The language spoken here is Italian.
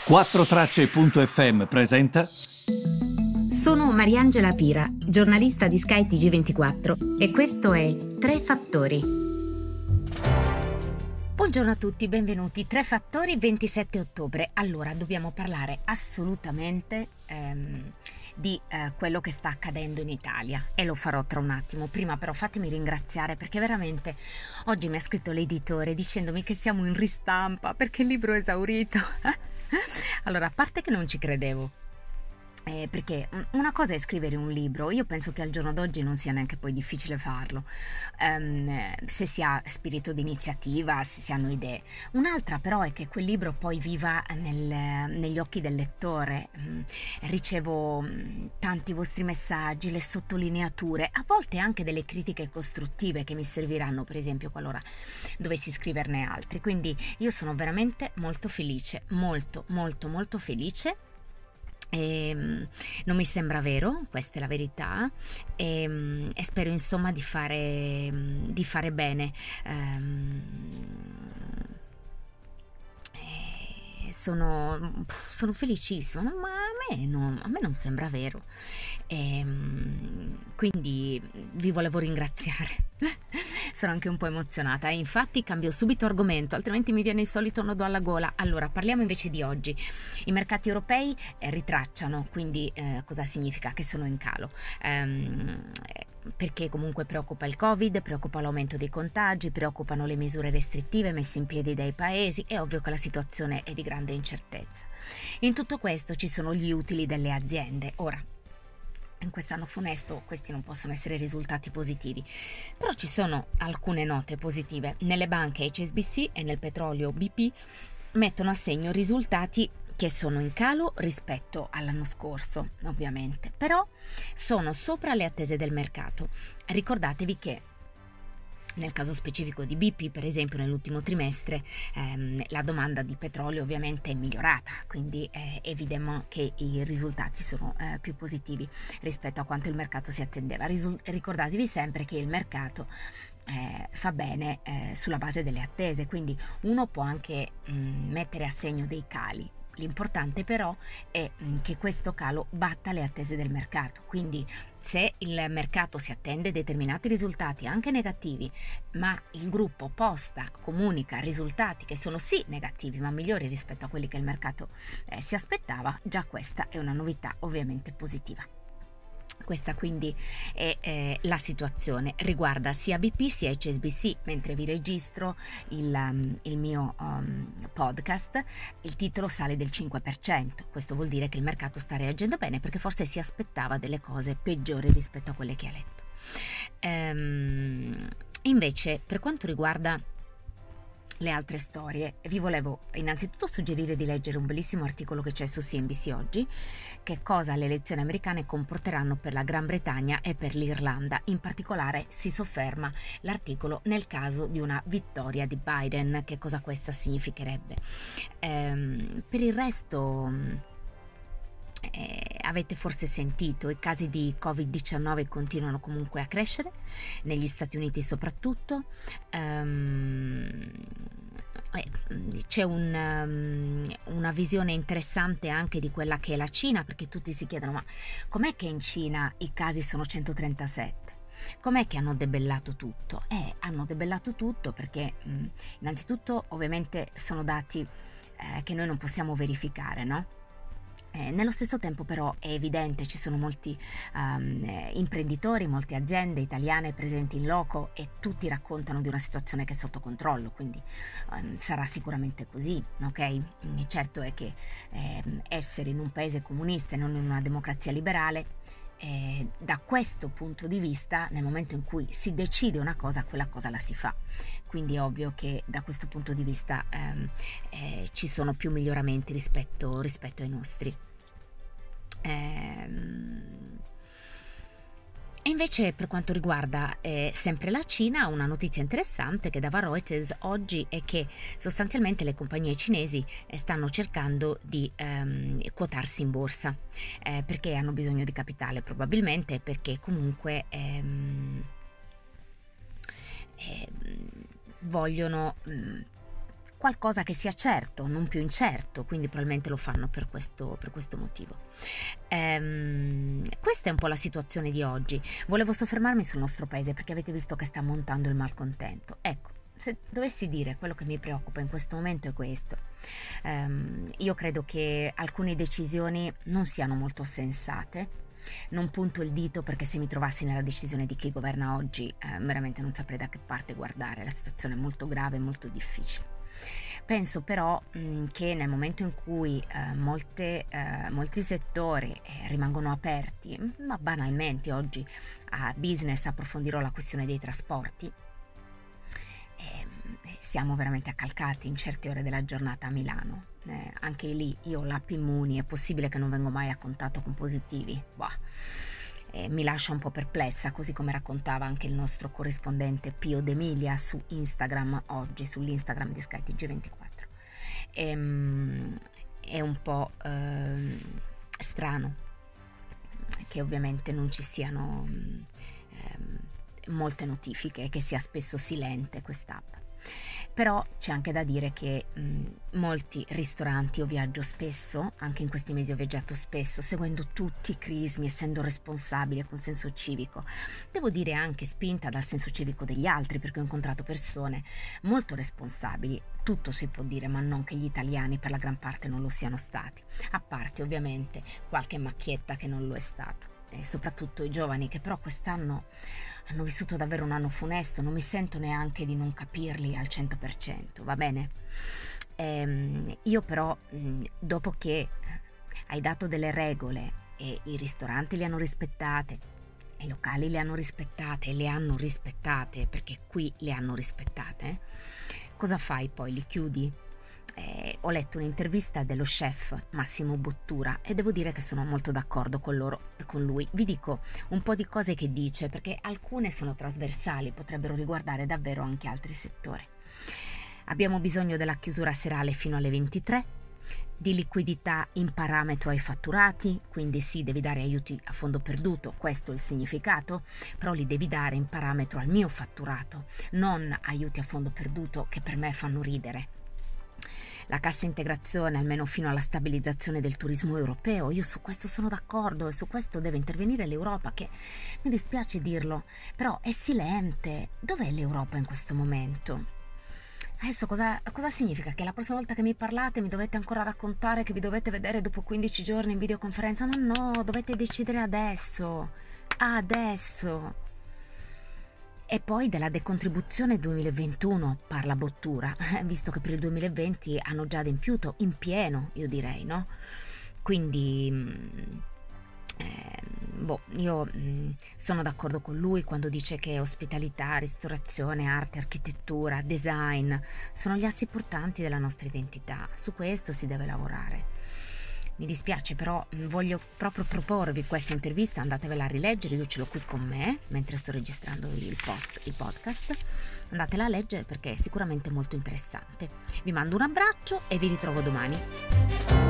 4Tracce.fm presenta. Sono Mariangela Pira, giornalista di Sky TG24 e questo è Tre Fattori. Buongiorno a tutti, benvenuti. Tre Fattori, 27 ottobre. Allora, dobbiamo parlare assolutamente di quello che sta accadendo in Italia e lo farò tra un attimo. Prima però fatemi ringraziare perché veramente oggi mi ha scritto l'editore dicendomi che siamo in ristampa perché il libro è esaurito. Allora, a parte che non ci credevo, perché una cosa è scrivere un libro, io penso che al giorno d'oggi non sia neanche poi difficile farlo, se si ha spirito di iniziativa, se si hanno idee. Un'altra però è che quel libro poi viva negli occhi del lettore. Ricevo tanti vostri messaggi, le sottolineature, a volte anche delle critiche costruttive che mi serviranno, per esempio qualora dovessi scriverne altri. Quindi io sono veramente molto felice, molto felice. Non mi sembra vero, questa è la verità, e spero insomma di fare bene. Sono felicissima, ma a me non sembra vero, quindi vi volevo ringraziare. Sono anche un po' emozionata e infatti cambio subito argomento, altrimenti mi viene il solito nodo alla gola. Allora, parliamo invece di oggi. I mercati europei ritracciano, quindi cosa significa? Che sono in calo. Perché comunque preoccupa il Covid, preoccupa l'aumento dei contagi, preoccupano le misure restrittive messe in piedi dai paesi. È ovvio che la situazione è di grande incertezza. In tutto questo ci sono gli utili delle aziende. Ora, in quest'anno funesto questi non possono essere risultati positivi, però ci sono alcune note positive. Nelle banche HSBC e nel petrolio BP mettono a segno risultati che sono in calo rispetto all'anno scorso, ovviamente, però sono sopra le attese del mercato. Ricordatevi che nel caso specifico di BP, per esempio, nell'ultimo trimestre la domanda di petrolio ovviamente è migliorata, quindi è evidente che i risultati sono più positivi rispetto a quanto il mercato si attendeva. Ricordatevi sempre che il mercato fa bene sulla base delle attese, quindi uno può anche mettere a segno dei cali. L'importante però è che questo calo batta le attese del mercato, quindi se il mercato si attende determinati risultati anche negativi, ma il gruppo comunica risultati che sono sì negativi ma migliori rispetto a quelli che il mercato si aspettava, già questa è una novità ovviamente positiva. Questa quindi è la situazione, riguarda sia BP sia HSBC. Mentre vi registro il mio podcast, il titolo sale del 5%, questo vuol dire che il mercato sta reagendo bene perché forse si aspettava delle cose peggiori rispetto a quelle che ha letto. Invece, per quanto riguarda le altre storie, vi volevo innanzitutto suggerire di leggere un bellissimo articolo che c'è su CNBC oggi, che cosa le elezioni americane comporteranno per la Gran Bretagna e per l'Irlanda. In particolare si sofferma l'articolo nel caso di una vittoria di Biden, che cosa questa significherebbe. Per il resto avete forse sentito, i casi di Covid-19 continuano comunque a crescere, negli Stati Uniti soprattutto. C'è una visione interessante anche di quella che è la Cina, perché tutti si chiedono: ma com'è che in Cina i casi sono 137? Com'è che hanno debellato tutto? Hanno debellato tutto perché innanzitutto ovviamente sono dati che noi non possiamo verificare, no? Nello stesso tempo però è evidente, ci sono molti imprenditori, molte aziende italiane presenti in loco e tutti raccontano di una situazione che è sotto controllo, quindi sarà sicuramente così, ok? Certo è che essere in un paese comunista e non in una democrazia liberale, da questo punto di vista, nel momento in cui si decide una cosa, quella cosa la si fa. Quindi è ovvio che da questo punto di vista ci sono più miglioramenti rispetto ai nostri. E invece per quanto riguarda sempre la Cina, una notizia interessante che dava Reuters oggi è che sostanzialmente le compagnie cinesi stanno cercando di quotarsi in borsa, perché hanno bisogno di capitale probabilmente, perché comunque vogliono qualcosa che sia certo, non più incerto, quindi probabilmente lo fanno per questo motivo. Questa è un po' la situazione di oggi. Volevo soffermarmi sul nostro paese perché avete visto che sta montando il malcontento. Ecco, se dovessi dire quello che mi preoccupa in questo momento è questo. Io credo che alcune decisioni non siano molto sensate. Non punto il dito perché se mi trovassi nella decisione di chi governa oggi, veramente non saprei da che parte guardare. La situazione è molto grave e molto difficile. Penso però che nel momento in cui molti settori rimangono aperti, ma banalmente oggi a business approfondirò la questione dei trasporti, siamo veramente accalcati in certe ore della giornata a Milano. Anche lì io ho l'app Immuni, è possibile che non vengo mai a contatto con positivi? Mi lascia un po' perplessa, così come raccontava anche il nostro corrispondente Pio D'Emilia su Instagram oggi, sull'Instagram di Sky TG24. È un po' strano che ovviamente non ci siano molte notifiche, che sia spesso silente quest'app. Però c'è anche da dire che molti ristoranti, io viaggio spesso, anche in questi mesi ho viaggiato spesso, seguendo tutti i crismi, essendo responsabile con senso civico. Devo dire anche spinta dal senso civico degli altri, perché ho incontrato persone molto responsabili. Tutto si può dire, ma non che gli italiani per la gran parte non lo siano stati, a parte ovviamente qualche macchietta che non lo è stato. E soprattutto i giovani che però quest'anno hanno vissuto davvero un anno funesto, non mi sento neanche di non capirli al 100%, va bene? Io però, dopo che hai dato delle regole e i ristoranti le hanno rispettate, i locali le hanno rispettate, perché qui le hanno rispettate, cosa fai poi? Li chiudi? Ho letto un'intervista dello chef Massimo Bottura e devo dire che sono molto d'accordo con lui. Vi dico un po' di cose che dice, perché alcune sono trasversali, potrebbero riguardare davvero anche altri settori. Abbiamo bisogno della chiusura serale fino alle 23, di liquidità in parametro ai fatturati, quindi sì, devi dare aiuti a fondo perduto, questo è il significato, però li devi dare in parametro al mio fatturato, non aiuti a fondo perduto che per me fanno ridere. La cassa integrazione almeno fino alla stabilizzazione del turismo europeo, io su questo sono d'accordo e su questo deve intervenire l'Europa, che mi dispiace dirlo, però è silente. Dov'è l'Europa in questo momento? Adesso cosa significa? Che la prossima volta che mi parlate mi dovete ancora raccontare che vi dovete vedere dopo 15 giorni in videoconferenza? Ma no, dovete decidere adesso. E poi della decontribuzione 2021 parla Bottura, visto che per il 2020 hanno già adempiuto in pieno, io direi, no? Quindi, io sono d'accordo con lui quando dice che ospitalità, ristorazione, arte, architettura, design sono gli assi portanti della nostra identità. Su questo si deve lavorare. Mi dispiace, però voglio proprio proporvi questa intervista, andatevela a rileggere, io ce l'ho qui con me mentre sto registrando il podcast, andatela a leggere perché è sicuramente molto interessante. Vi mando un abbraccio e vi ritrovo domani.